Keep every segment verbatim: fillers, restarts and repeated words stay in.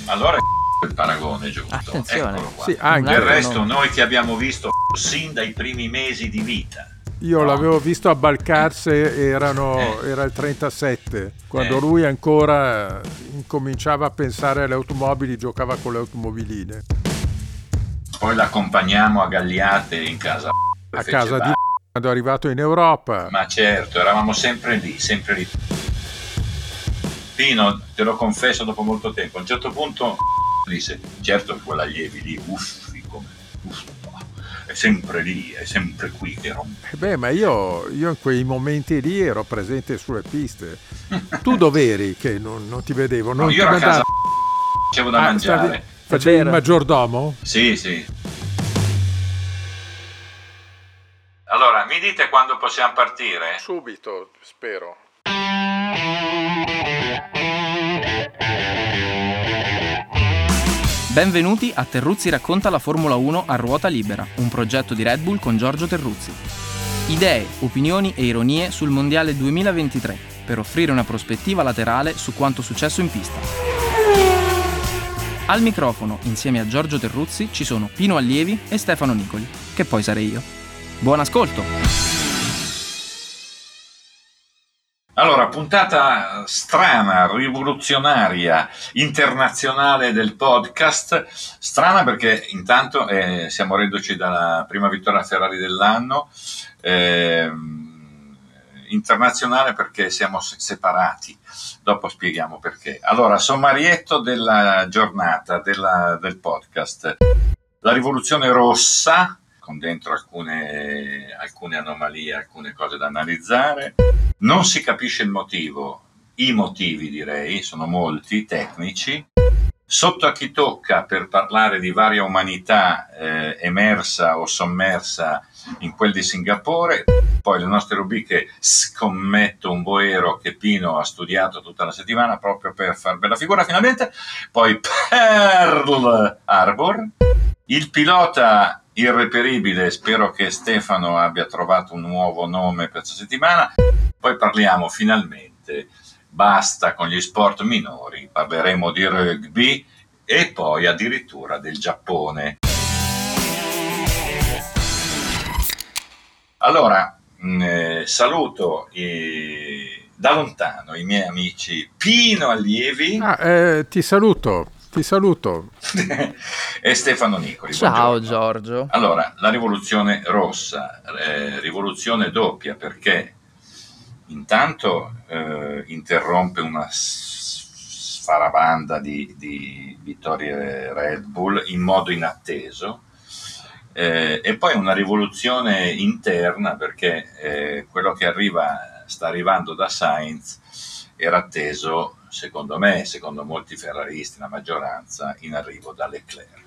allora è il paragone giusto. Attenzione. Eccolo qua. Sì, anche. Del resto no. noi che abbiamo visto sin dai primi mesi di vita. Io no? l'avevo visto a Balcarce, erano, Eh. era il trentasette, quando Eh. lui ancora incominciava a pensare alle automobili, giocava con le automobiline. Poi l'accompagniamo a Gagliate in casa. A casa di quando è arrivato in Europa. Ma certo, eravamo sempre lì, sempre lì. Pino, te lo confesso dopo molto tempo, a un certo punto disse, certo che quell'allievi lì, uffi come, uffa, è sempre lì, è sempre qui che rompe. Eh beh, ma io, io in quei momenti lì ero presente sulle piste. Tu dov'eri che non, non ti vedevo? Non No, ti io ero a casa, mandavi- facevo da Ah, mangiare. stavi- Facevi il vero. maggiordomo? Sì, sì. Allora, mi dite quando possiamo partire? Subito, spero. Benvenuti a Terruzzi racconta la Formula uno a ruota libera, un progetto di Red Bull con Giorgio Terruzzi. Idee, opinioni e ironie sul Mondiale duemilaventitré, per offrire una prospettiva laterale su quanto successo in pista. Al microfono, insieme a Giorgio Terruzzi, ci sono Pino Allievi e Stefano Nicoli, che poi sarei io. Buon ascolto! Allora, puntata strana, rivoluzionaria, internazionale del podcast. Strana perché intanto eh, siamo reduci dalla prima vittoria Ferrari dell'anno, eh, internazionale perché siamo separati. Dopo spieghiamo perché. Allora, sommarietto della giornata della, del podcast. La rivoluzione rossa, con dentro alcune, alcune anomalie, alcune cose da analizzare. Non si capisce il motivo, i motivi direi, sono molti, tecnici. Sotto a chi tocca per parlare di varia umanità eh, emersa o sommersa in quel di Singapore. Poi le nostre rubriche scommetto un boero che Pino ha studiato tutta la settimana proprio per far bella figura finalmente. Poi Pearl Harbor. Il pilota irreperibile, spero che Stefano abbia trovato un nuovo nome per questa settimana. Poi parliamo finalmente, basta con gli sport minori, parleremo di rugby e poi addirittura del Giappone. Allora, mh, saluto eh, da lontano i miei amici Pino Allievi Ah, eh, ti saluto, ti saluto. e Stefano Nicoli. Ciao Buongiorno. Giorgio. Allora, la rivoluzione rossa, eh, rivoluzione doppia perché intanto eh, interrompe una sfarabanda di, di vittorie Red Bull in modo inatteso eh, e poi una rivoluzione interna perché eh, quello che arriva, sta arrivando da Sainz era atteso, secondo me, secondo molti ferraristi, la maggioranza, in arrivo da Leclerc.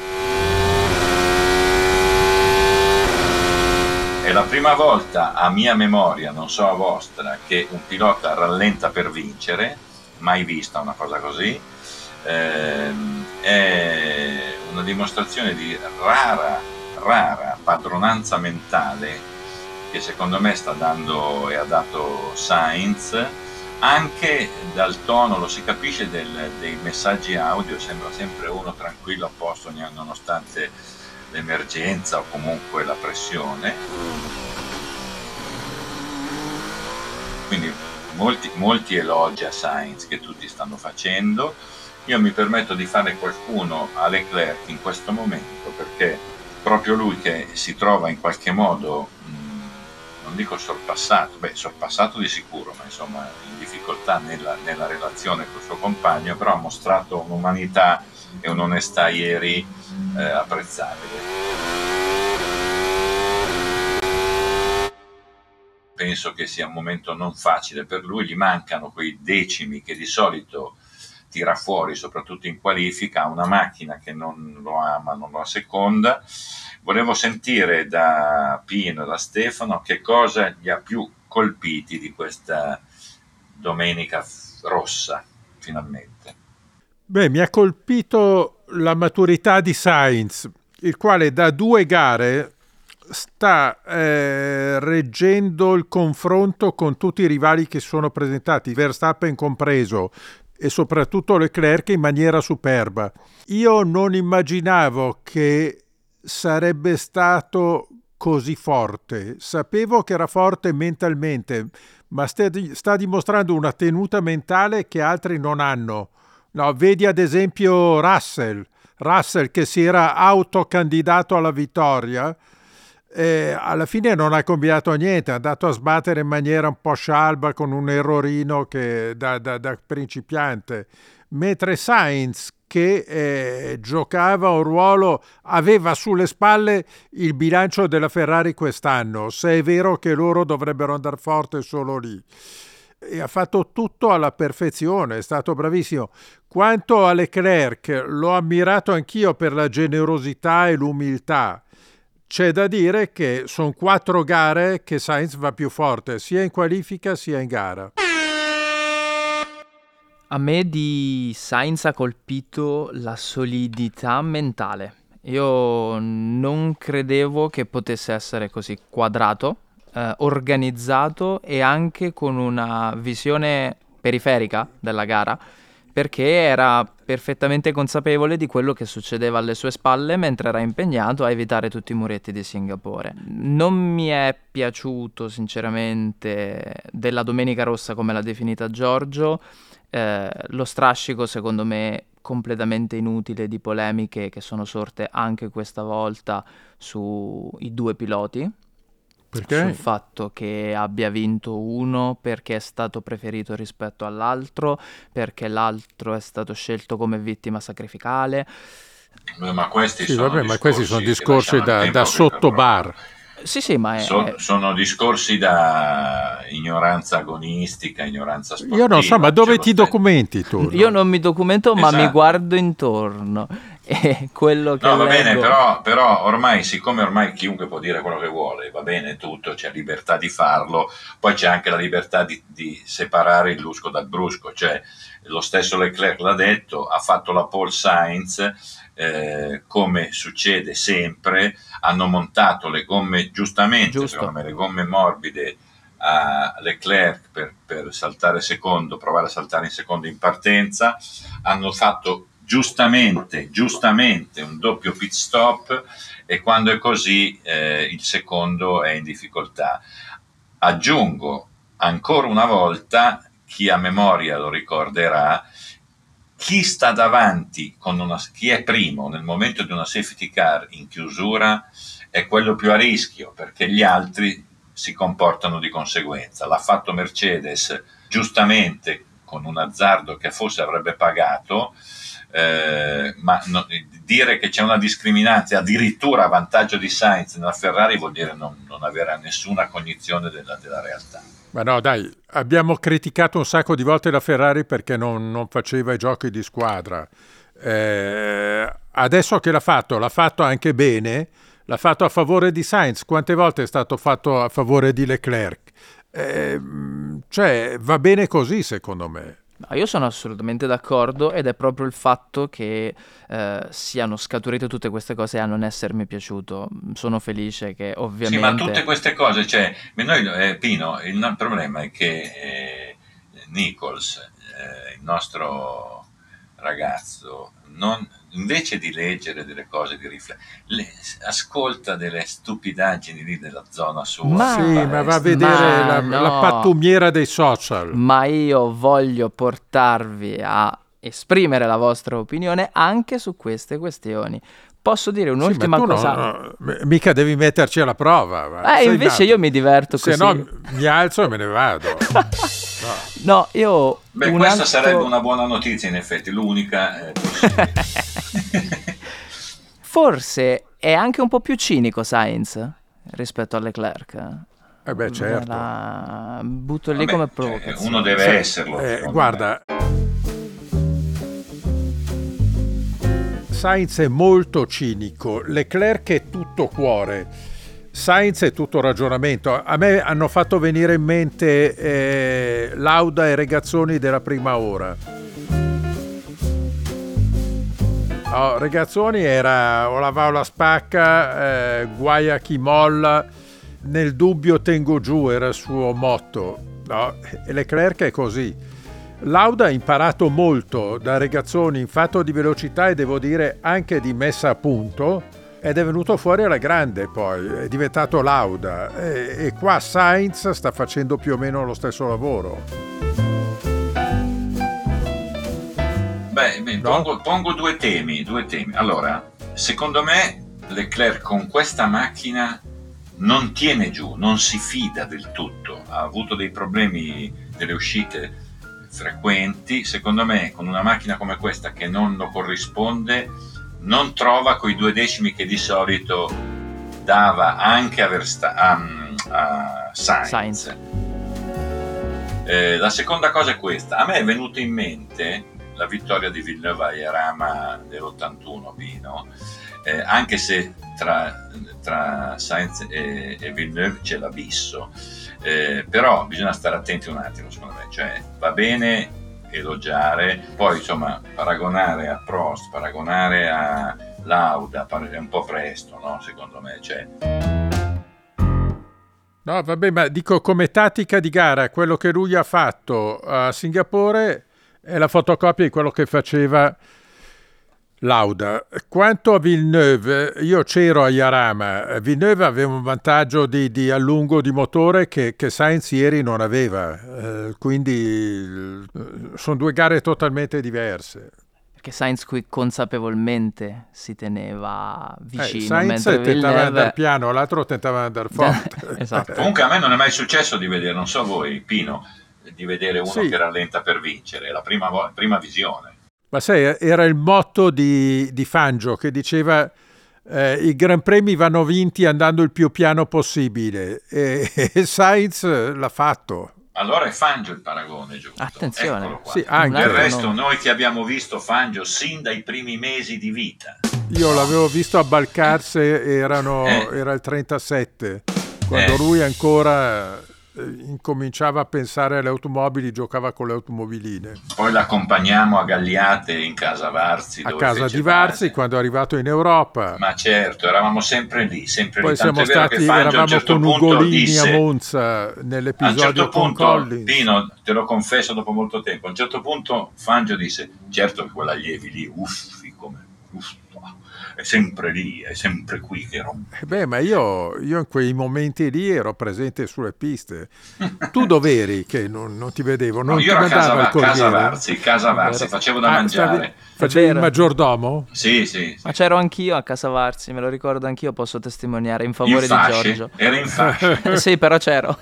È la prima volta a mia memoria, non so a vostra, che un pilota rallenta per vincere, mai vista una cosa così, eh, è una dimostrazione di rara, rara padronanza mentale che secondo me sta dando e ha dato Sainz, anche dal tono, lo si capisce del, dei messaggi audio, sembra sempre uno tranquillo a posto nonostante l'emergenza o comunque la pressione. Quindi molti, molti elogi a Sainz che tutti stanno facendo. Io mi permetto di fare qualcuno a Leclerc in questo momento perché proprio lui che si trova in qualche modo, mh, non dico sorpassato, beh sorpassato di sicuro, ma insomma in difficoltà nella, nella relazione col suo compagno, però ha mostrato un'umanità e un'onestà ieri Eh, apprezzabile. Penso che sia un momento non facile per lui, gli mancano quei decimi che di solito tira fuori, soprattutto in qualifica, una macchina che non lo ama, non lo asseconda. Volevo sentire da Pino e da Stefano che cosa li ha più colpiti di questa domenica rossa, finalmente. Beh, mi ha colpito la maturità di Sainz, il quale da due gare sta eh, reggendo il confronto con tutti i rivali che sono presentati, Verstappen compreso, e soprattutto Leclerc in maniera superba. Io non immaginavo che sarebbe stato così forte. Sapevo che era forte mentalmente, ma sta, sta dimostrando una tenuta mentale che altri non hanno. No, vedi ad esempio Russell, Russell che si era autocandidato alla vittoria, eh, alla fine non ha combinato niente, è andato a sbattere in maniera un po' scialba con un errorino che, da, da, da principiante, mentre Sainz che eh, giocava un ruolo, aveva sulle spalle il bilancio della Ferrari quest'anno, se è vero che loro dovrebbero andare forte solo lì. E ha fatto tutto alla perfezione, è stato bravissimo. Quanto a Leclerc, l'ho ammirato anch'io per la generosità e l'umiltà. C'è da dire che sono quattro gare che Sainz va più forte, sia in qualifica sia in gara. A me di Sainz ha colpito la solidità mentale. Io non credevo che potesse essere così quadrato, eh, organizzato e anche con una visione periferica della gara, perché era perfettamente consapevole di quello che succedeva alle sue spalle mentre era impegnato a evitare tutti i muretti di Singapore. Non mi è piaciuto sinceramente della Domenica Rossa, come l'ha definita Giorgio. Eh, lo strascico secondo me completamente inutile di polemiche che sono sorte anche questa volta sui due piloti. Perché? Sul fatto che abbia vinto uno perché è stato preferito rispetto all'altro, perché l'altro è stato scelto come vittima sacrificale. Ma questi sì, sono vabbè, discorsi, ma questi sono discorsi da, da sottobar. Sì, sì, ma è, so, è... sono discorsi da ignoranza agonistica, ignoranza sportiva. Io non so, ma dove cioè ti documenti tu? Io non mi documento, esatto. ma mi guardo intorno. E quello che no, va leggo... bene, però, però ormai, siccome ormai chiunque può dire quello che vuole, va bene tutto, c'è libertà di farlo, poi c'è anche la libertà di, di separare il lusco dal brusco, cioè lo stesso Leclerc l'ha detto, ha fatto la pole Sainz, eh, come succede sempre, hanno montato le gomme, giustamente, Giusto. secondo me, le gomme morbide a Leclerc per, per saltare secondo, provare a saltare in secondo in partenza, hanno fatto giustamente, giustamente un doppio pit stop e quando è così eh, il secondo è in difficoltà. Aggiungo ancora una volta, chi ha memoria lo ricorderà, chi sta davanti, con una, chi è primo nel momento di una safety car in chiusura è quello più a rischio, perché gli altri si comportano di conseguenza. L'ha fatto Mercedes giustamente con un azzardo che forse avrebbe pagato, eh, ma no, dire che c'è una discriminanza addirittura a vantaggio di Sainz nella Ferrari vuol dire non, non avere nessuna cognizione della, della realtà. Ma no, dai, abbiamo criticato un sacco di volte la Ferrari perché non, non faceva i giochi di squadra. Eh, adesso che l'ha fatto, l'ha fatto anche bene, l'ha fatto a favore di Sainz. Quante volte è stato fatto a favore di Leclerc? Eh, cioè, va bene così, secondo me. No, io sono assolutamente d'accordo ed è proprio il fatto che eh, siano scaturite tutte queste cose a non essermi piaciuto. Sono felice che ovviamente... Sì, ma tutte queste cose, cioè, noi, eh, Pino, il problema è che eh, Nichols, eh, il nostro ragazzo, non, invece di leggere delle cose, di riflettere, ascolta delle stupidaggini lì della zona sua. Ma, sì, ma va a vedere la, no. la pattumiera dei social. Ma io voglio portarvi a esprimere la vostra opinione anche su queste questioni. Posso dire un'ultima sì, ma tu cosa? No, no, mica devi metterci alla prova. Eh, invece nato. Io mi diverto Se così. Se no mi alzo e me ne vado. No, no io... Beh, un questa altro... sarebbe una buona notizia, in effetti, l'unica. Eh, Forse è anche un po' più cinico Sainz rispetto a Leclerc. Eh beh, certo. La... Butto lì Vabbè, come cioè, provocazione. uno deve sì, esserlo. Eh, guarda, Sainz è molto cinico, Leclerc è tutto cuore. Sainz è tutto ragionamento. A me hanno fatto venire in mente eh, Lauda e Regazzoni della prima ora. Oh, Regazzoni era o la va o la spacca, eh, guai a chi molla, nel dubbio tengo giù, era il suo motto. No? E Leclerc è così. Lauda ha imparato molto da Regazzoni in fatto di velocità e devo dire anche di messa a punto, ed è venuto fuori alla grande poi, è diventato Lauda e, e qua Sainz sta facendo più o meno lo stesso lavoro. Beh, beh no? pongo, pongo due temi, due temi. Allora, secondo me Leclerc con questa macchina non tiene giù, non si fida del tutto, ha avuto dei problemi, delle uscite frequenti. Secondo me con una macchina come questa che non lo corrisponde non trova quei due decimi che di solito dava anche a, Versta- a, a Sainz, Sainz. Eh, la seconda cosa è questa: a me è venuta in mente la vittoria di Villeneuve a Jarama dell'ottantuno, Pino, eh, anche se tra, tra Sainz e, e Villeneuve c'è l'abisso. Eh, però bisogna stare attenti un attimo, secondo me, cioè va bene elogiare, poi insomma paragonare a Prost, paragonare a Lauda è un po' presto, no? Secondo me, cioè. No, vabbè, ma dico come tattica di gara, quello che lui ha fatto a Singapore è la fotocopia di quello che faceva Lauda. Quanto a Villeneuve, io c'ero a Jarama, Villeneuve aveva un vantaggio di, di allungo di motore che, che Sainz ieri non aveva, eh, quindi eh, sono due gare totalmente diverse. Perché Sainz qui consapevolmente si teneva vicino, eh, Sainz mentre tentava Villeneuve... di andare piano, l'altro tentava di andare forte. Esatto. Comunque a me non è mai successo di vedere, non so voi, Pino, di vedere uno sì. che rallenta per vincere, è la prima, vo- prima visione. Ma sai, era il motto di, di Fangio che diceva eh, i Gran Premi vanno vinti andando il più piano possibile e, e Sainz l'ha fatto. Allora è Fangio il paragone, giusto? Attenzione. Sì, anche. Del resto no. Noi che abbiamo visto Fangio sin dai primi mesi di vita. Io l'avevo visto a Balcarce, erano, eh. era il trentasette, quando eh. lui ancora... incominciava a pensare alle automobili, giocava con le automobiline. Poi l'accompagniamo a Gagliate in casa Varzi, a casa di Varzi base. Quando è arrivato in Europa. Ma certo, eravamo sempre lì, sempre poi lì. Siamo stati, eravamo certo con Ugolini disse, a Monza nell'episodio a un certo con punto, Collins. Pino, te lo confesso dopo molto tempo, a un certo punto Fangio disse: certo che quell'allievi lì, uffi come uffi, è sempre lì, è sempre qui che rompe. Eh beh, ma io, io in quei momenti lì ero presente sulle piste. Tu dov'eri che non, non ti vedevo? Non no, ti io ero a casa, casa Varzi, Varzi, casa Varzi, facevo da ah, mangiare. Stavi, facevi il maggiordomo? Sì, sì, sì. Ma c'ero anch'io a casa Varzi, me lo ricordo anch'io, posso testimoniare in favore in di Giorgio. Era in fascia. Sì, però c'ero.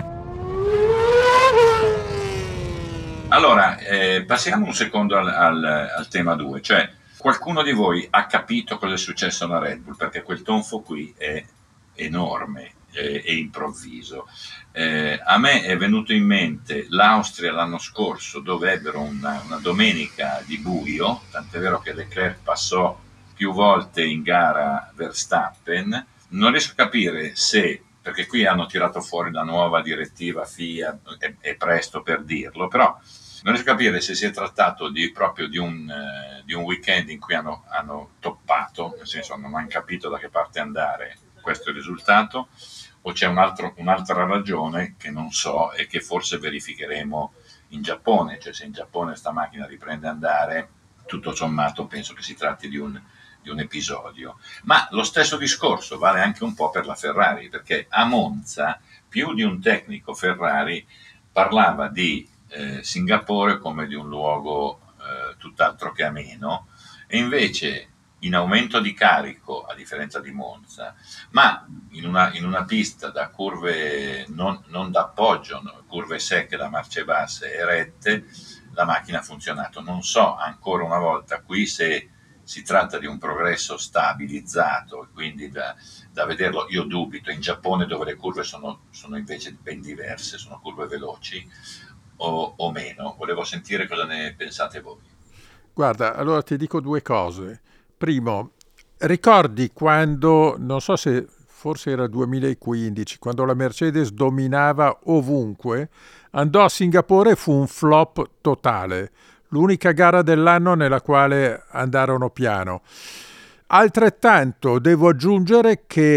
Allora, eh, passiamo un secondo al, al, al tema due, cioè qualcuno di voi ha capito cosa è successo alla Red Bull? Perché quel tonfo qui è enorme e eh, improvviso. Eh, a me è venuto in mente l'Austria l'anno scorso, dove ebbero una, una domenica di buio, tant'è vero che Leclerc passò più volte in gara Verstappen. Non riesco a capire se, perché qui hanno tirato fuori la nuova direttiva F I A, è, è presto per dirlo, però non riesco a capire se si è trattato di, proprio di un, eh, di un weekend in cui hanno, hanno toppato, nel senso non hanno capito da che parte andare, questo è il risultato, o c'è un altro, un'altra ragione che non so e che forse verificheremo in Giappone, cioè se in Giappone sta macchina riprende a andare, tutto sommato penso che si tratti di un, di un episodio. Ma lo stesso discorso vale anche un po' per la Ferrari, perché a Monza più di un tecnico Ferrari parlava di Eh, Singapore come di un luogo eh, tutt'altro che ameno, e invece in aumento di carico, a differenza di Monza, ma in una, in una pista da curve non, non da appoggio, no, curve secche da marce basse e rette, la macchina ha funzionato. Non so ancora una volta qui se si tratta di un progresso stabilizzato, quindi da, da vederlo, io dubito. In Giappone, dove le curve sono, sono invece ben diverse, sono curve veloci, O, o meno. Volevo sentire cosa ne pensate voi. Guarda, allora ti dico due cose. Primo, ricordi quando, non so se forse era duemilaquindici, quando la Mercedes dominava ovunque, andò a Singapore e fu un flop totale, l'unica gara dell'anno nella quale andarono piano. Altrettanto devo aggiungere che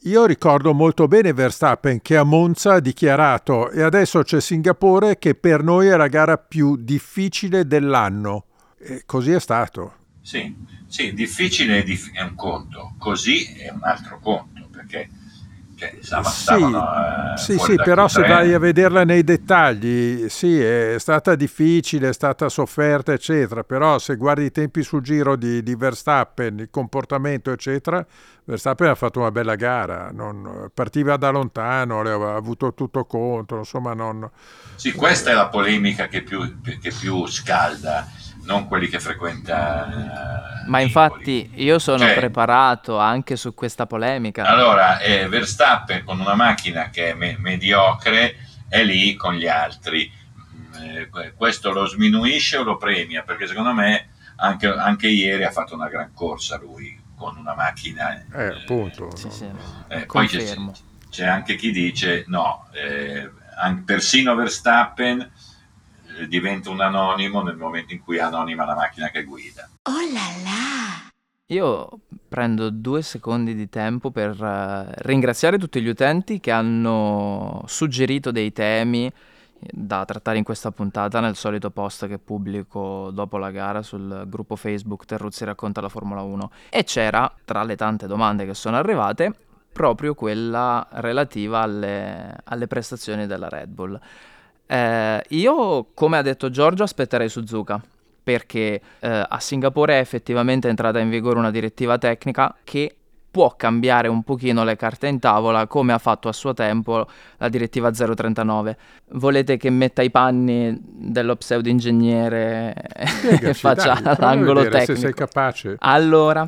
Io ricordo molto bene Verstappen che a Monza ha dichiarato e adesso c'è Singapore che per noi è la gara più difficile dell'anno. E così è stato. Sì, sì, difficile è, dif- è un conto, così è un altro conto, perché cioè, stava- Sì, stavano eh, sì, fuori sì, dal però Q tre. se vai a vederla nei dettagli, sì, è stata difficile, è stata sofferta, eccetera, però se guardi i tempi sul giro di, di Verstappen, il comportamento, eccetera, Verstappen ha fatto una bella gara, non, partiva da lontano, aveva avuto tutto contro, insomma non... Sì, questa è la polemica che più, che più scalda, non quelli che frequenta eh, Ma Empoli. infatti io sono Cioè, preparato anche su questa polemica. allora, eh, Verstappen con una macchina che è me- mediocre è lì con gli altri. Mm, eh, que- questo lo sminuisce o lo premia? Perché secondo me anche, anche ieri ha fatto una gran corsa lui con una macchina. Eh, appunto. Sì, sì, Eh, poi c'è, confermo. c'è anche chi dice no, eh, an- persino Verstappen eh, diventa un anonimo nel momento in cui anonima la macchina che guida. Oh là là! Io prendo due secondi di tempo per eh, ringraziare tutti gli utenti che hanno suggerito dei temi da trattare in questa puntata nel solito post che pubblico dopo la gara sul gruppo Facebook Terruzzi racconta la Formula uno. E c'era, tra le tante domande che sono arrivate, proprio quella relativa alle, alle prestazioni della Red Bull. Eh, io, come ha detto Giorgio, aspetterei Suzuka, perché eh, a Singapore è effettivamente entrata in vigore una direttiva tecnica che può cambiare un pochino le carte in tavola, come ha fatto a suo tempo la direttiva zero trentanove. Volete che metta i panni dello pseudo ingegnere e Spiegaci, faccia dai, prova a l'angolo vedere tecnico? se sei capace. Allora,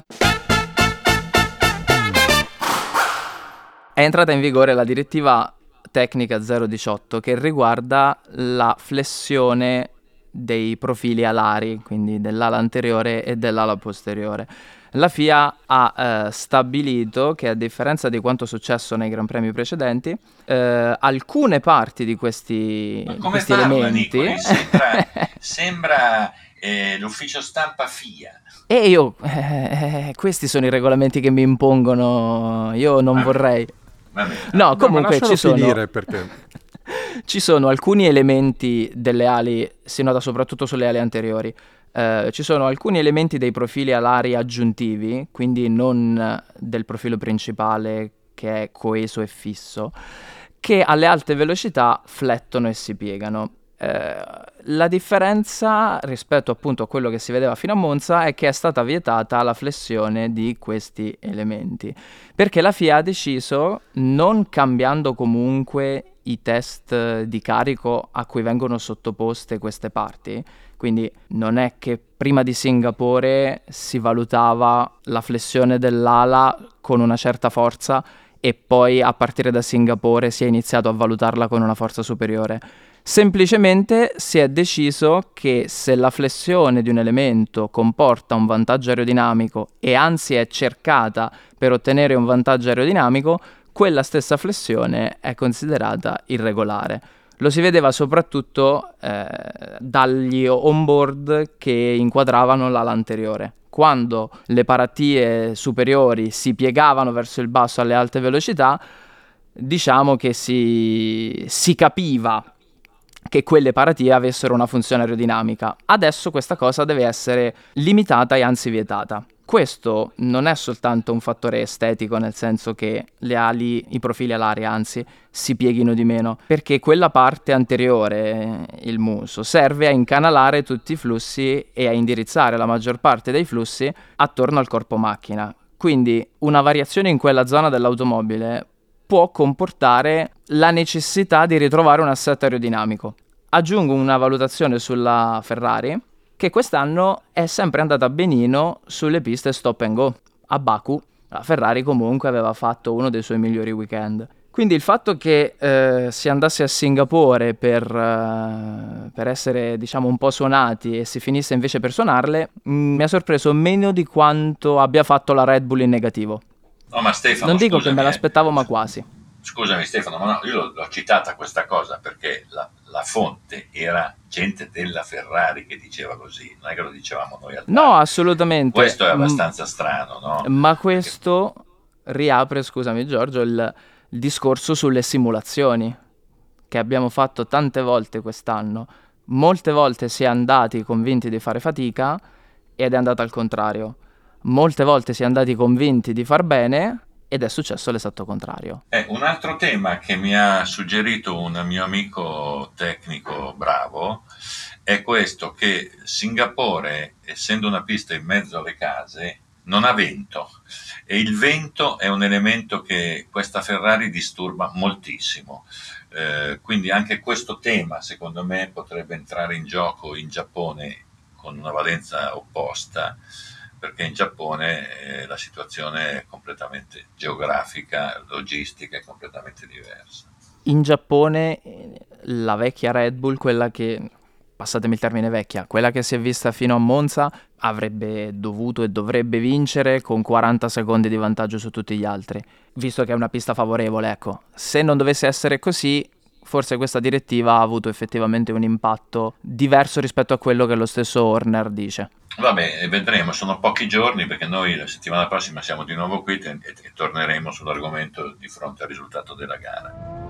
è entrata in vigore la direttiva tecnica zero diciotto che riguarda la flessione dei profili alari, quindi dell'ala anteriore e dell'ala posteriore. La F I A ha eh, stabilito che, a differenza di quanto successo nei Gran Premi precedenti, eh, alcune parti di questi, Ma di come questi parla elementi... Nicoli? Sembra, sembra eh, l'ufficio stampa F I A. E io, eh, questi sono i regolamenti che mi impongono, io non Vabbè, vorrei... vabbè. No, No, comunque ma ci sono... finire perché... Ci sono alcuni elementi delle ali, si nota soprattutto sulle ali anteriori, eh, ci sono alcuni elementi dei profili alari aggiuntivi, quindi non del profilo principale che è coeso e fisso, che alle alte velocità flettono e si piegano. Eh, la differenza rispetto appunto a quello che si vedeva fino a Monza è che è stata vietata la flessione di questi elementi, perché la F I A ha deciso, non cambiando comunque i test di carico a cui vengono sottoposte queste parti, quindi non è che prima di Singapore si valutava la flessione dell'ala con una certa forza e poi a partire da Singapore si è iniziato a valutarla con una forza superiore. Semplicemente si è deciso che se la flessione di un elemento comporta un vantaggio aerodinamico e anzi è cercata per ottenere un vantaggio aerodinamico, quella stessa flessione è considerata irregolare. Lo si vedeva soprattutto eh, dagli onboard che inquadravano l'ala anteriore. Quando le paratie superiori si piegavano verso il basso alle alte velocità, diciamo che si, si capiva che quelle paratie avessero una funzione aerodinamica. Adesso questa cosa deve essere limitata e anzi vietata. Questo non è soltanto un fattore estetico, nel senso che le ali, i profili alari, anzi, si pieghino di meno, perché quella parte anteriore, il muso, serve a incanalare tutti i flussi e a indirizzare la maggior parte dei flussi attorno al corpo macchina. Quindi una variazione in quella zona dell'automobile può comportare la necessità di ritrovare un assetto aerodinamico. Aggiungo una valutazione sulla Ferrari, che quest'anno è sempre andata benino sulle piste stop and go. A Baku la Ferrari comunque aveva fatto uno dei suoi migliori weekend. Quindi il fatto che eh, si andasse a Singapore per, eh, per essere, diciamo, un po' suonati e si finisse invece per suonarle, mh, mi ha sorpreso meno di quanto abbia fatto la Red Bull in negativo. No, ma Stefano, Non dico scusami, che me eh. l'aspettavo, ma quasi. Scusami Stefano, ma no, io l'ho, l'ho citata questa cosa perché la, la fonte era gente della Ferrari che diceva così, non è che lo dicevamo noi al No, bar. assolutamente. Questo è Mm, abbastanza strano, no? Ma questo riapre, scusami Giorgio, il, il discorso sulle simulazioni che abbiamo fatto tante volte quest'anno. Molte volte si è andati convinti di fare fatica ed è andata al contrario. Molte volte si è andati convinti di far bene ed è successo l'esatto contrario. Eh, un altro tema che mi ha suggerito un mio amico tecnico bravo è questo, che Singapore, essendo una pista in mezzo alle case, non ha vento, e il vento è un elemento che questa Ferrari disturba moltissimo. Eh, quindi anche questo tema, secondo me, potrebbe entrare in gioco in Giappone con una valenza opposta, perché in Giappone eh, la situazione è completamente geografica, logistica, è completamente diversa. In Giappone la vecchia Red Bull, quella che, passatemi il termine vecchia, quella che si è vista fino a Monza, avrebbe dovuto e dovrebbe vincere con quaranta secondi di vantaggio su tutti gli altri, visto che è una pista favorevole, ecco. Se non dovesse essere così, forse questa direttiva ha avuto effettivamente un impatto diverso rispetto a quello che lo stesso Horner dice. Vabbè, vedremo, sono pochi giorni, perché noi la settimana prossima siamo di nuovo qui e, e torneremo sull'argomento di fronte al risultato della gara.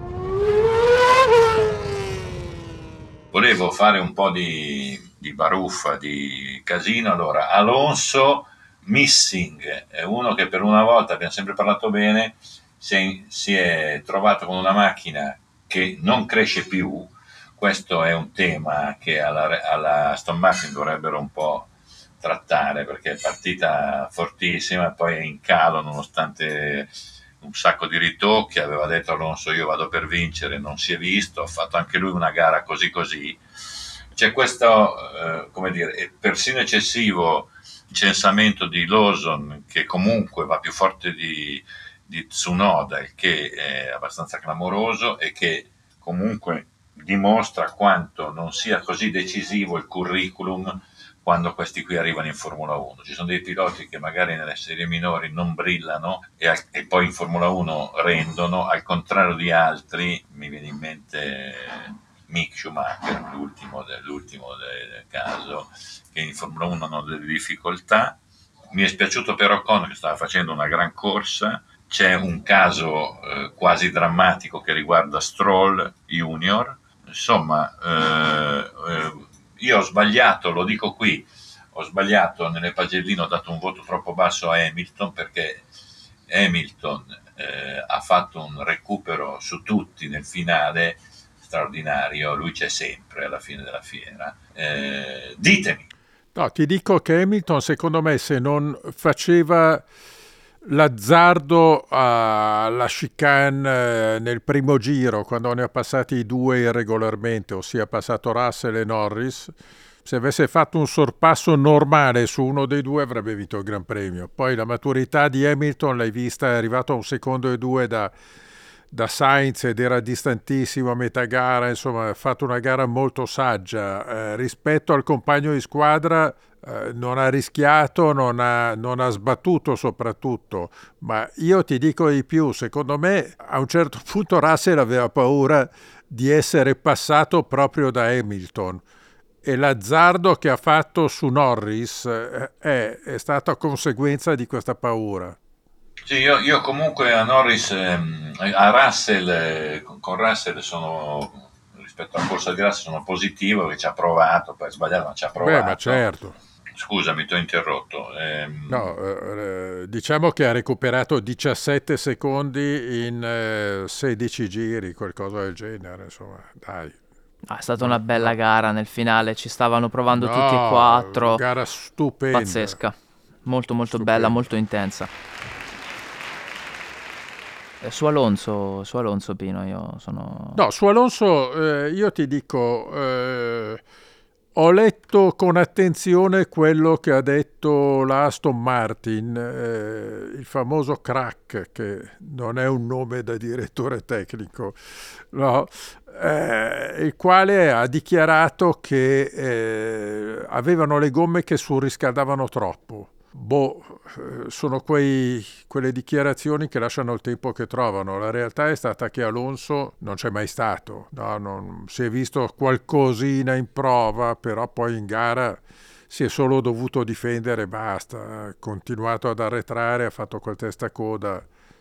Volevo fare un po' di, di baruffa, di casino. Allora, Alonso missing, è uno che per una volta, abbiamo sempre parlato bene, si è, si è trovato con una macchina che non cresce più. Questo è un tema che alla, alla Aston Martin dovrebbero un po' trattare, perché è partita fortissima e poi è in calo nonostante un sacco di ritocchi. Aveva detto Alonso io vado per vincere, non si è visto, ha fatto anche lui una gara così così. C'è questo, eh, come dire, persino eccessivo incensamento di Lawson, che comunque va più forte di, di Tsunoda, il che è abbastanza clamoroso e che comunque dimostra quanto non sia così decisivo il curriculum quando questi qui arrivano in Formula uno. Ci sono dei piloti che magari nelle serie minori non brillano e, e poi in Formula uno rendono, al contrario di altri. Mi viene in mente Mick Schumacher, l'ultimo, de, l'ultimo del caso, che in Formula uno hanno delle difficoltà. Mi è spiaciuto per Ocon, che stava facendo una gran corsa. C'è un caso eh, quasi drammatico che riguarda Stroll Junior. Insomma, eh, eh, io ho sbagliato, lo dico qui, ho sbagliato nelle pagelline, ho dato un voto troppo basso a Hamilton, perché Hamilton eh, ha fatto un recupero su tutti nel finale straordinario, lui c'è sempre alla fine della fiera. Eh, ditemi. No, ti dico che Hamilton, secondo me, se non faceva l'azzardo alla chicane nel primo giro, quando ne ha passati due irregolarmente, ossia passato Russell e Norris, se avesse fatto un sorpasso normale su uno dei due avrebbe vinto il Gran Premio. Poi la maturità di Hamilton l'hai vista, è arrivato a un secondo e due da, da Sainz ed era distantissimo a metà gara, insomma ha fatto una gara molto saggia. Eh, rispetto al compagno di squadra eh, non ha rischiato, non ha, non ha sbattuto soprattutto, ma io ti dico di più, secondo me a un certo punto Russell aveva paura di essere passato proprio da Hamilton e l'azzardo che ha fatto su Norris eh, è, è stato a conseguenza di questa paura. Sì, io, io comunque a Norris, ehm, a Russell, eh, con, con Russell sono, rispetto alla corsa di Russell, sono positivo, che ci ha provato, poi sbagliato, ma ci ha provato. Beh, ma certo. Scusami, ti ho interrotto. Ehm... No, eh, diciamo che ha recuperato diciassette secondi in eh, sedici giri, qualcosa del genere, insomma, dai. Ah, è stata una bella no. gara nel finale, ci stavano provando no, tutti e quattro. Gara stupenda. Pazzesca, molto molto stupenda. Bella, molto intensa. Su Alonso, su Alonso Pino, io sono... No, su Alonso eh, io ti dico, eh, ho letto con attenzione quello che ha detto l'Aston Martin, eh, il famoso Crack, che non è un nome da direttore tecnico, no, eh, il quale ha dichiarato che eh, avevano le gomme che surriscaldavano troppo. Boh, sono quei, quelle dichiarazioni che lasciano il tempo che trovano. La realtà è stata che Alonso non c'è mai stato, no? Non, si è visto qualcosina in prova, però poi in gara si è solo dovuto difendere e basta. Ha continuato ad arretrare, ha fatto quel testacoda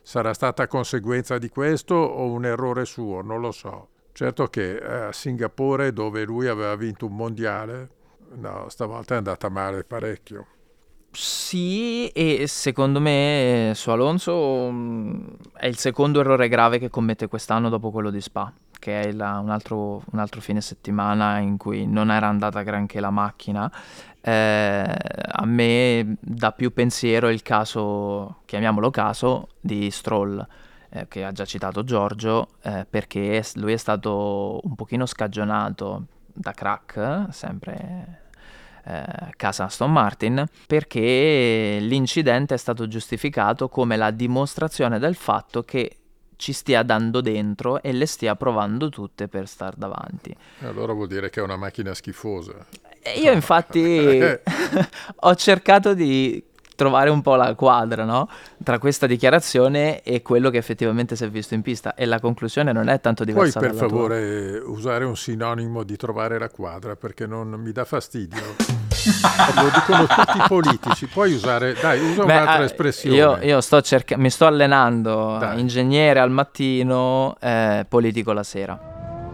sarà stata conseguenza di questo o un errore suo, non lo so. Certo che a Singapore, dove lui aveva vinto un mondiale, no, stavolta è andata male parecchio. Sì, e secondo me su Alonso mh, è il secondo errore grave che commette quest'anno dopo quello di Spa, che è la- un altro, un altro fine settimana in cui non era andata granché la macchina. Eh, a me dà più pensiero il caso, chiamiamolo caso, di Stroll, eh, che ha già citato Giorgio, eh, perché s- lui è stato un pochino scagionato da crack, sempre eh, casa Aston Martin, perché l'incidente è stato giustificato come la dimostrazione del fatto che ci stia dando dentro e le stia provando tutte per star davanti. Allora vuol dire che è una macchina schifosa. E io infatti ho cercato di trovare un po' la quadra, no? Tra questa dichiarazione e quello che effettivamente si è visto in pista, e la conclusione non è tanto Puoi diversa per dalla tua. favore usare un sinonimo di trovare la quadra, perché non mi dà fastidio. Lo dicono tutti i politici. Puoi usare, dai, usa Beh, un'altra ah, espressione. Io, io sto cerca- mi sto allenando, Dai. ingegnere al mattino, eh, politico la sera.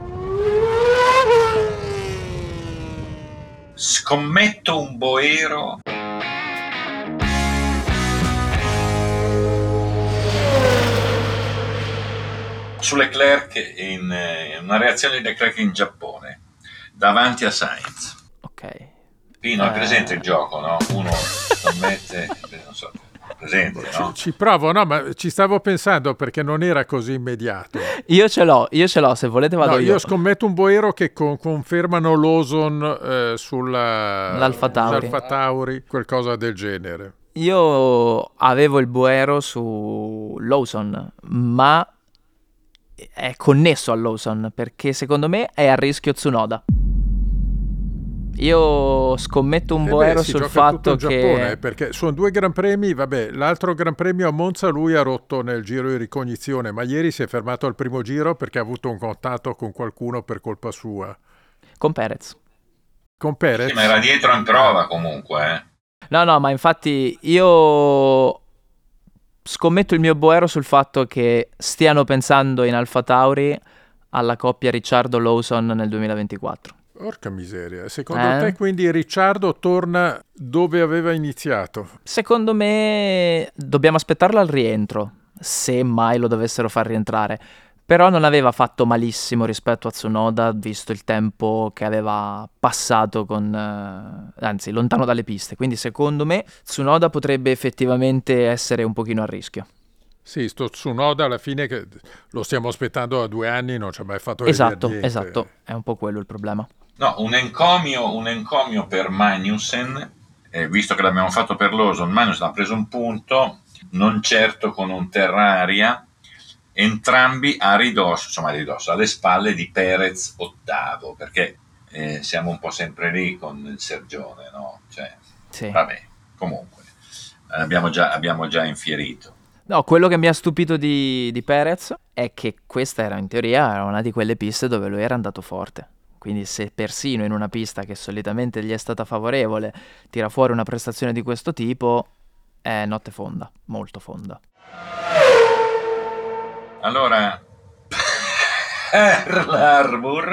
Scommetto un boero su Leclerc in, in una reazione di Leclerc in Giappone davanti a Sainz. Ok. Pino, è Eh. presente il gioco, no? Uno scommette, non so, presente, no? Ci, ci provo, no, ma ci stavo pensando perché non era così immediato. Io ce l'ho, io ce l'ho, se volete vado No, io. io scommetto un boero che con- confermano Lawson eh, sulla L'Alfa Tauri. l'Alfa Tauri, qualcosa del genere. Io avevo il Boero su Lawson, ma è connesso a Lawson perché secondo me è a rischio Tsunoda. Io scommetto un Eh Boero beh, si sul gioca fatto tutto in Giappone, che perché sono due gran premi, vabbè, l'altro gran premio a Monza lui ha rotto nel giro di ricognizione, ma ieri si è fermato al primo giro perché ha avuto un contatto con qualcuno per colpa sua. con Perez. Con Perez? Sì, ma era dietro in prova comunque, eh. No, no, ma infatti io scommetto il mio Boero sul fatto che stiano pensando in Alfa Tauri alla coppia Ricciardo-Lawson nel duemilaventiquattro. Porca miseria. Secondo Eh? te quindi Ricciardo torna dove aveva iniziato? Secondo me dobbiamo aspettarlo al rientro, se mai lo dovessero far rientrare. Però non aveva fatto malissimo rispetto a Tsunoda, visto il tempo che aveva passato con, eh, anzi, lontano dalle piste. Quindi secondo me Tsunoda potrebbe effettivamente essere un pochino a rischio. Sì, sto Tsunoda alla fine che lo stiamo aspettando da due anni, non ci ha mai fatto vedere Esatto, niente. esatto, è un po' quello il problema. No, un encomio, un encomio per Magnussen, eh, visto che l'abbiamo fatto per Lawson, Magnussen ha preso un punto, non certo con un Terraria, entrambi a ridosso, insomma a ridosso, alle spalle di Perez ottavo, perché eh, siamo un po' sempre lì con il Sergione, no? Cioè, Sì. vabbè, comunque, abbiamo già, abbiamo già infierito. No, quello che mi ha stupito di, di Perez è che questa era in teoria era una di quelle piste dove lui era andato forte. Quindi se persino in una pista che solitamente gli è stata favorevole tira fuori una prestazione di questo tipo, è notte fonda, molto fonda. Allora, Pearl Harbor.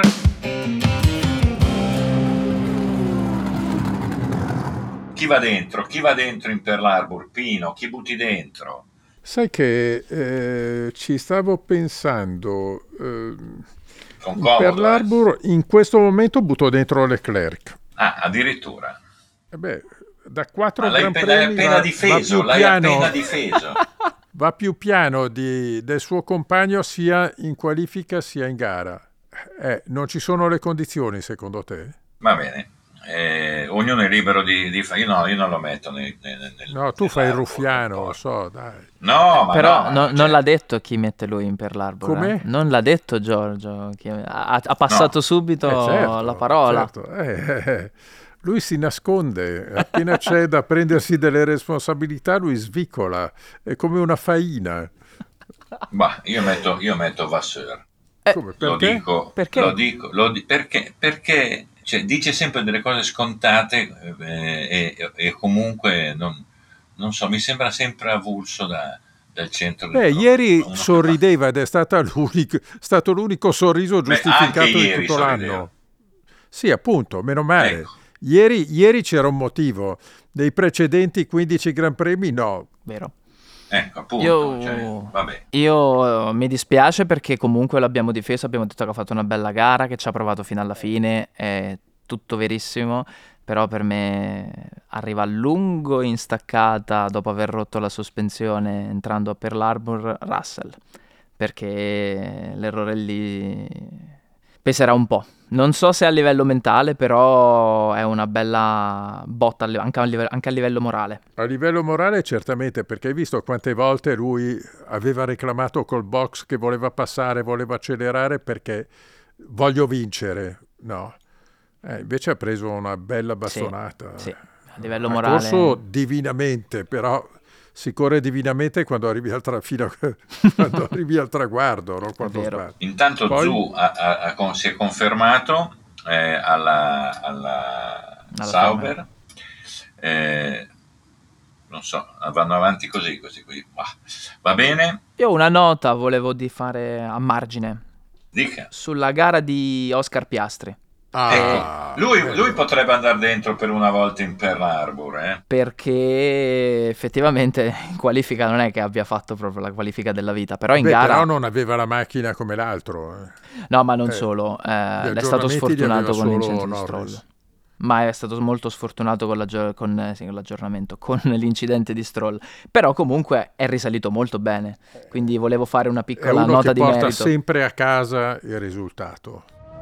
Chi va dentro? Chi va dentro in Pearl Harbor? Pino, chi butti dentro? Sai che eh, ci stavo pensando, eh, Con in comodo, Pearl eh. Harbor in questo momento butto dentro Leclerc. Ah, addirittura. E beh, da quattro Ma l'hai Gran appena, l'hai Premi appena va, difeso, va più l'hai piano, appena difeso. va più piano di- del suo compagno sia in qualifica sia in gara. Eh, non ci sono le condizioni secondo te? Va bene. Eh, ognuno è libero di, di fare. Io no, io non lo metto nel, nel, nel No, tu fai il nell'arbor, ruffiano, non lo so, dai. No, ma Però no, ma no- cioè, non l'ha detto chi mette lui in Pearl Harbor. Com'è? eh. Non l'ha detto Giorgio. chi- ha, ha passato No. subito Eh, certo, la parola. certo. Eh, eh, lui si nasconde, appena c'è da prendersi delle responsabilità lui svicola, è come una faina. Bah, io metto, io metto Vasseur. Eh, Come, Lo perché? dico, Perché? lo dico, lo di- perché, perché cioè, dice sempre delle cose scontate eh, e, e comunque non, non so, mi sembra sempre avulso da, del centro. Beh, ieri sorrideva ed è stata l'unico, stato l'unico sorriso giustificato Beh, di tutto sorrideva. l'anno. Sì, appunto, meno male. Ecco. Ieri, ieri c'era un motivo, dei precedenti quindici Gran Premi no. Vero. Ecco, appunto, Io, cioè, vabbè. io mi dispiace perché comunque l'abbiamo difeso, abbiamo detto che ha fatto una bella gara, che ci ha provato fino alla fine, è tutto verissimo, però per me arriva lungo in staccata dopo aver rotto la sospensione entrando a Pearl Harbor Russell, perché l'errore lì peserà un po'. Non so se a livello mentale, però è una bella botta anche a livello, anche a livello morale. A livello morale certamente, perché hai visto quante volte lui aveva reclamato col box che voleva passare, voleva accelerare perché voglio vincere. No, eh, invece ha preso una bella bastonata. Sì, sì. A livello ha morale. Ha corso divinamente, però si corre divinamente quando arrivi al, tra- fino a, quando arrivi al traguardo, non quando sbatti. Intanto Poi... Zhou ha, ha, ha, si è confermato eh, alla, alla, alla Sauber. Eh, non so, vanno avanti così, così, così. Va bene. Io una nota volevo di fare a margine. Dica. Sulla gara di Oscar Piastri. Ah, ecco, lui, lui potrebbe andare dentro per una volta in Pearl Harbor, eh? Perché effettivamente in qualifica non è che abbia fatto proprio la qualifica della vita, però in Beh, gara però non aveva la macchina come l'altro. Eh. No, ma non eh, solo, eh, è stato sfortunato con l'incidente di Stroll. Ma è stato molto sfortunato con, la, con, eh, sì, con l'aggiornamento, con l'incidente di Stroll. Però comunque è risalito molto bene, quindi volevo fare una piccola nota di merito. È uno che porta sempre a casa il risultato.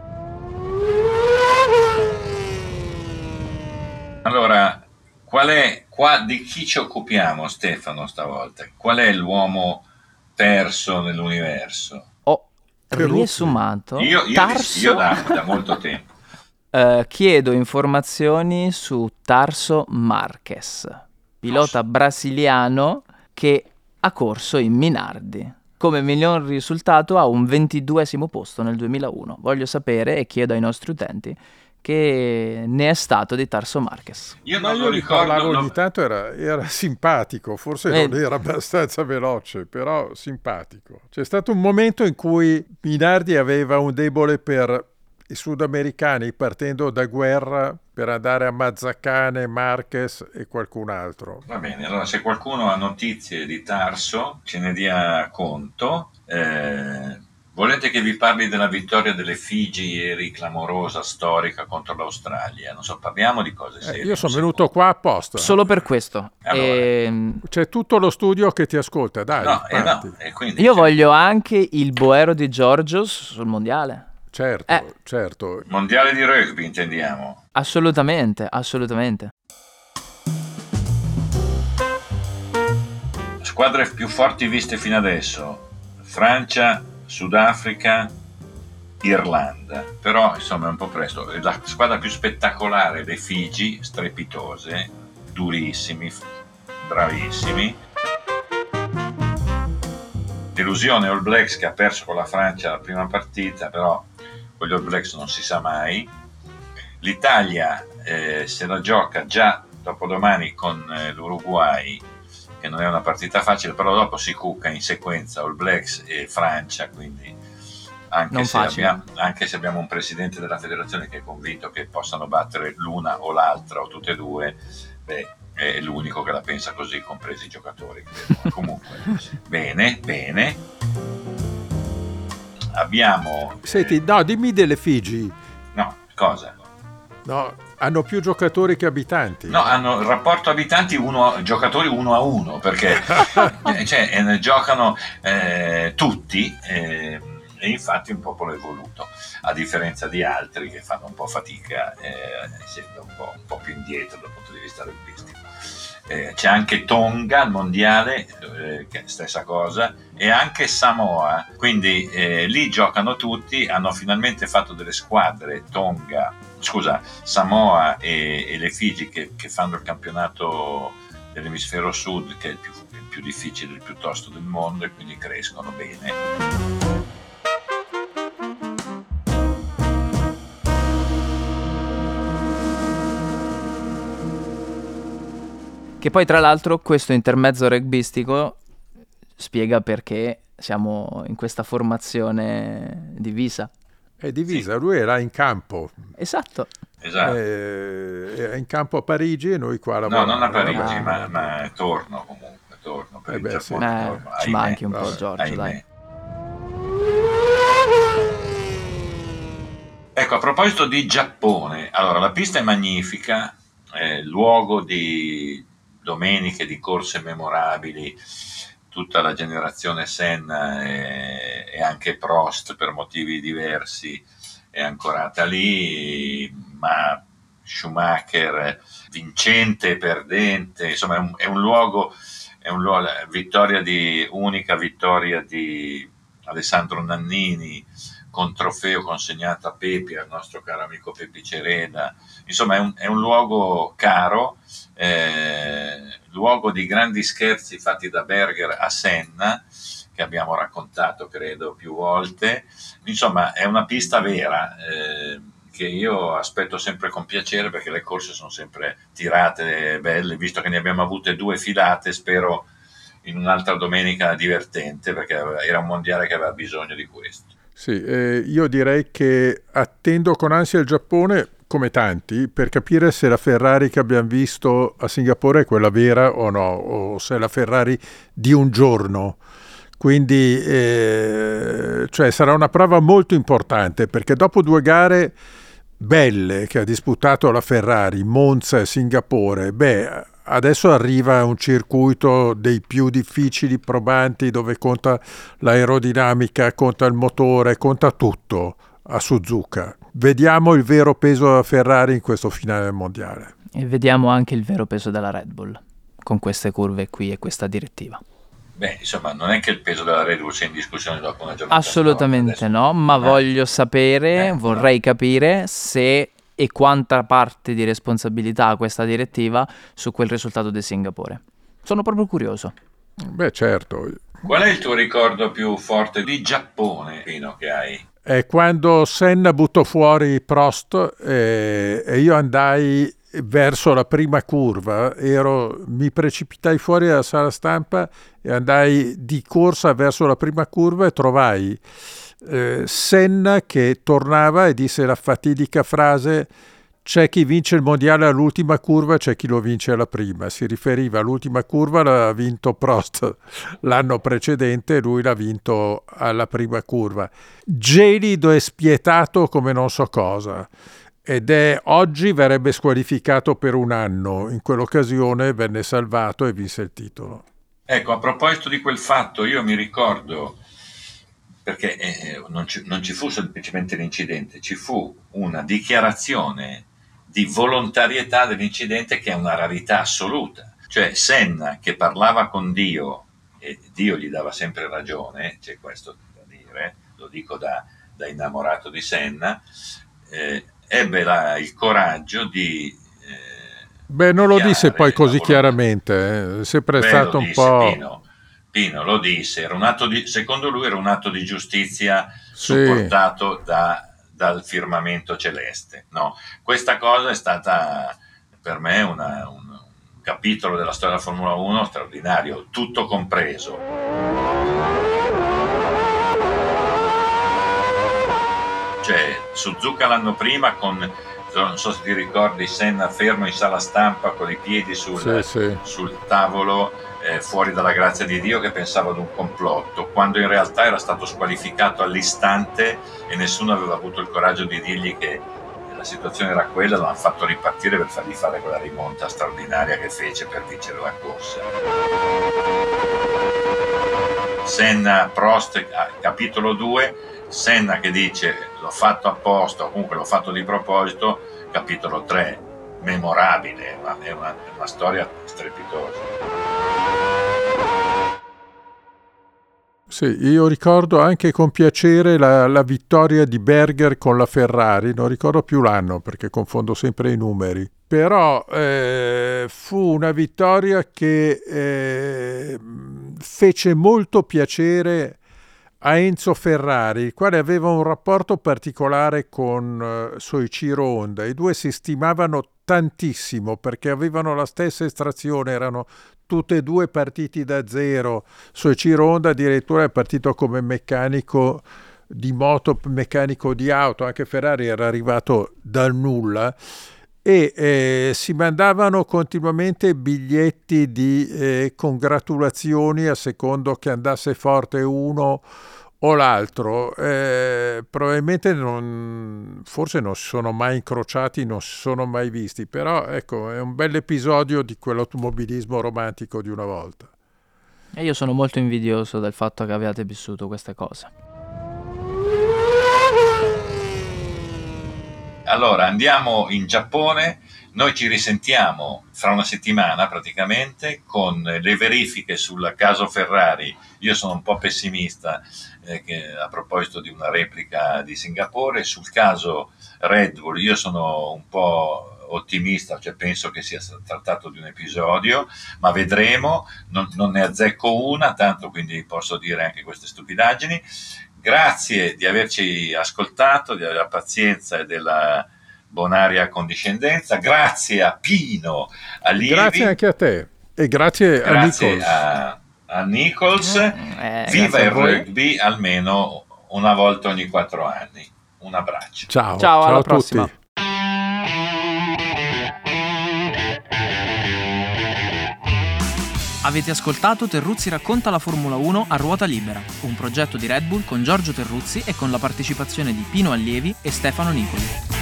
Allora, qual è, qua, di chi ci occupiamo, Stefano, stavolta? Qual è l'uomo perso nell'universo? Ho riesumato io, io, Tarso... io da, da molto tempo. Uh, chiedo informazioni su Tarso Marquez, pilota Posso? brasiliano che ha corso in Minardi. Come miglior risultato ha un ventiduesimo posto nel duemilauno. Voglio sapere e chiedo ai nostri utenti che ne è stato di Tarso Marquez. Io non Ma lo io ricordo. Parlavo lo... ogni tanto, era, era simpatico, forse eh. non era abbastanza veloce, però simpatico. C'è stato un momento in cui Minardi aveva un debole per i sudamericani, partendo da Guerra per andare a Mazzacane, Marquez e qualcun altro. Va bene, allora se qualcuno ha notizie di Tarso ce ne dia conto. Eh, volete che vi parli della vittoria delle Figi ieri, clamorosa, storica contro l'Australia? Non so, parliamo di cose serie. Eh, io sono venuto qua apposta. Solo per questo. Allora, e... C'è tutto lo studio che ti ascolta, dai. No, eh no, e quindi io c'è... voglio anche il boero di Giorgios sul mondiale. Certo, eh. certo. Mondiale di rugby, intendiamo. Assolutamente, assolutamente. Squadre più forti viste fino adesso: Francia, Sudafrica, Irlanda. Però, insomma, è un po' presto. La squadra più spettacolare dei Figi, strepitose, durissimi, bravissimi. Delusione All Blacks, che ha perso con la Francia la prima partita, però con gli All Blacks non si sa mai. L'Italia eh, se la gioca già dopodomani con eh, l'Uruguay, che non è una partita facile, però dopo si cucca in sequenza All Blacks e Francia, quindi anche se, abbiamo, anche se abbiamo un presidente della federazione che è convinto che possano battere l'una o l'altra o tutte e due, beh, è l'unico che la pensa così, compresi i giocatori. Comunque, bene, bene. Abbiamo... Senti, eh... no, dimmi delle Figi. No, cosa? No, hanno più giocatori che abitanti. No, hanno il rapporto abitanti uno, giocatori uno a uno, perché cioè, eh, giocano eh, tutti, eh, e infatti un popolo evoluto, a differenza di altri che fanno un po' fatica, eh, essendo un po', un po' più indietro dal punto di vista rugbistico. Eh, c'è anche Tonga al mondiale, eh, che è la stessa cosa, e anche Samoa, quindi eh, lì giocano tutti. Hanno finalmente fatto delle squadre, Tonga, scusa, Samoa e, e le Figi, che, che fanno il campionato dell'emisfero sud, che è il più, il più difficile, il più tosto del mondo, e quindi crescono bene. Che poi tra l'altro questo intermezzo rugbistico spiega perché siamo in questa formazione divisa. È divisa, sì. Lui era in campo. Esatto. Esatto. Eh, è in campo a Parigi e noi qua lavoriamo. No, non a Parigi, ah. ma, ma torno comunque, torno per eh il beh, Giappone. Sì. Eh, torno. Ci manchi un po', Vabbè. Giorgio, ahimè. Dai. Ecco, a proposito di Giappone, allora la pista è magnifica, è luogo di domeniche, di corse memorabili, tutta la generazione Senna e, e anche Prost per motivi diversi è ancorata lì, ma Schumacher vincente e perdente, insomma è un, è un luogo, è un luogo, vittoria di, unica vittoria di Alessandro Nannini, con trofeo consegnato a Pepi, al nostro caro amico Pepi Cereda, insomma è un, è un luogo caro, eh, luogo di grandi scherzi fatti da Berger a Senna, che abbiamo raccontato credo più volte, insomma è una pista vera, eh, che io aspetto sempre con piacere perché le corse sono sempre tirate belle, visto che ne abbiamo avute due filate, spero in un'altra domenica divertente perché era un mondiale che aveva bisogno di questo. Sì, eh, io direi che attendo con ansia il Giappone, come tanti, per capire se la Ferrari che abbiamo visto a Singapore è quella vera o no, o se è la Ferrari di un giorno. Quindi eh, cioè sarà una prova molto importante, perché dopo due gare belle che ha disputato la Ferrari, Monza e Singapore, beh, adesso arriva un circuito dei più difficili, probanti, dove conta l'aerodinamica, conta il motore, conta tutto a Suzuka. Vediamo il vero peso della Ferrari in questo finale mondiale. E vediamo anche il vero peso della Red Bull con queste curve qui e questa direttiva. Beh, insomma, non è che il peso della Red Bull sia in discussione dopo una giornata. Assolutamente no, ma eh. voglio sapere, eh, vorrei no. capire se e quanta parte di responsabilità ha questa direttiva su quel risultato di Singapore. Sono proprio curioso. Beh, certo. Qual è il tuo ricordo più forte di Giappone, Pino, che hai? È quando Senna buttò fuori Prost e, e io andai verso la prima curva, ero, mi precipitai fuori dalla sala stampa e andai di corsa verso la prima curva e trovai eh, Senna che tornava e disse la fatidica frase: c'è chi vince il mondiale all'ultima curva, c'è chi lo vince alla prima. Si riferiva all'ultima curva, l'ha vinto Prost l'anno precedente e lui l'ha vinto alla prima curva. Gelido e spietato come non so cosa. Ed è oggi verrebbe squalificato per un anno. In quell'occasione venne salvato e vinse il titolo. Ecco, a proposito di quel fatto, io mi ricordo, perché eh, non, ci, non ci fu semplicemente l'incidente, ci fu una dichiarazione di volontarietà dell'incidente che è una rarità assoluta. Cioè Senna che parlava con Dio e Dio gli dava sempre ragione, c'è questo da dire, lo dico da, da innamorato di Senna, eh, ebbe la, il coraggio di eh, beh non lo disse poi così chiaramente, eh. sempre Beh, stato un disse, po' Pino, Pino lo disse, era un atto di, secondo lui era un atto di giustizia sì. supportato da, dal firmamento celeste. No, questa cosa è stata per me una, un, un capitolo della storia della Formula uno straordinario, tutto compreso. Cioè, Suzuka l'anno prima con, non so se ti ricordi, Senna fermo in sala stampa con i piedi sul, sì, sì. sul tavolo, eh, fuori dalla grazia di Dio, che pensava ad un complotto, quando in realtà era stato squalificato all'istante e nessuno aveva avuto il coraggio di dirgli che la situazione era quella, l'hanno fatto ripartire per fargli fare quella rimonta straordinaria che fece per vincere la corsa. Senna, Prost, capitolo due, Senna che dice l'ho fatto apposta o comunque l'ho fatto di proposito, capitolo tre, memorabile, ma è una, è una storia strepitosa. Sì, io ricordo anche con piacere la, la vittoria di Berger con la Ferrari, non ricordo più l'anno perché confondo sempre i numeri, però eh, fu una vittoria che eh, fece molto piacere a Enzo Ferrari, il quale aveva un rapporto particolare con uh, Soichiro Honda. I due si stimavano tantissimo perché avevano la stessa estrazione, erano tutti e due partiti da zero. Soichiro Honda addirittura è partito come meccanico di moto, meccanico di auto, anche Ferrari era arrivato dal nulla, e eh, si mandavano continuamente biglietti di eh, congratulazioni a secondo che andasse forte uno o l'altro. Eh, probabilmente non, forse non si sono mai incrociati, non si sono mai visti, però ecco, è un bel episodio di quell'automobilismo romantico di una volta. E io sono molto invidioso del fatto che abbiate vissuto queste cose. Allora andiamo in Giappone, noi ci risentiamo fra una settimana praticamente con le verifiche sul caso Ferrari. Io sono un po' pessimista eh, che, a proposito di una replica di Singapore. Sul caso Red Bull io sono un po' ottimista, cioè penso che sia trattato di un episodio, ma vedremo, non, non ne azzecco una, tanto quindi posso dire anche queste stupidaggini. Grazie di averci ascoltato, della pazienza e della bonaria condiscendenza. Grazie a Pino Allievi. Grazie anche a te e grazie, grazie a Nichols. A, a Nichols. Eh, Viva il a rugby almeno una volta ogni quattro anni. Un abbraccio. Ciao, ciao, ciao alla a prossima. tutti. Avete ascoltato Terruzzi racconta la Formula uno a ruota libera, un progetto di Red Bull con Giorgio Terruzzi e con la partecipazione di Pino Allievi e Stefano Nicoli.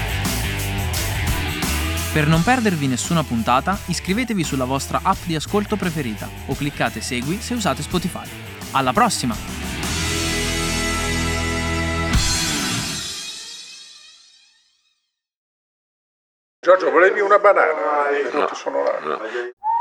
Per non perdervi nessuna puntata, iscrivetevi sulla vostra app di ascolto preferita o cliccate segui se usate Spotify. Alla prossima! Giorgio, volevi una banana? No, sono là. No.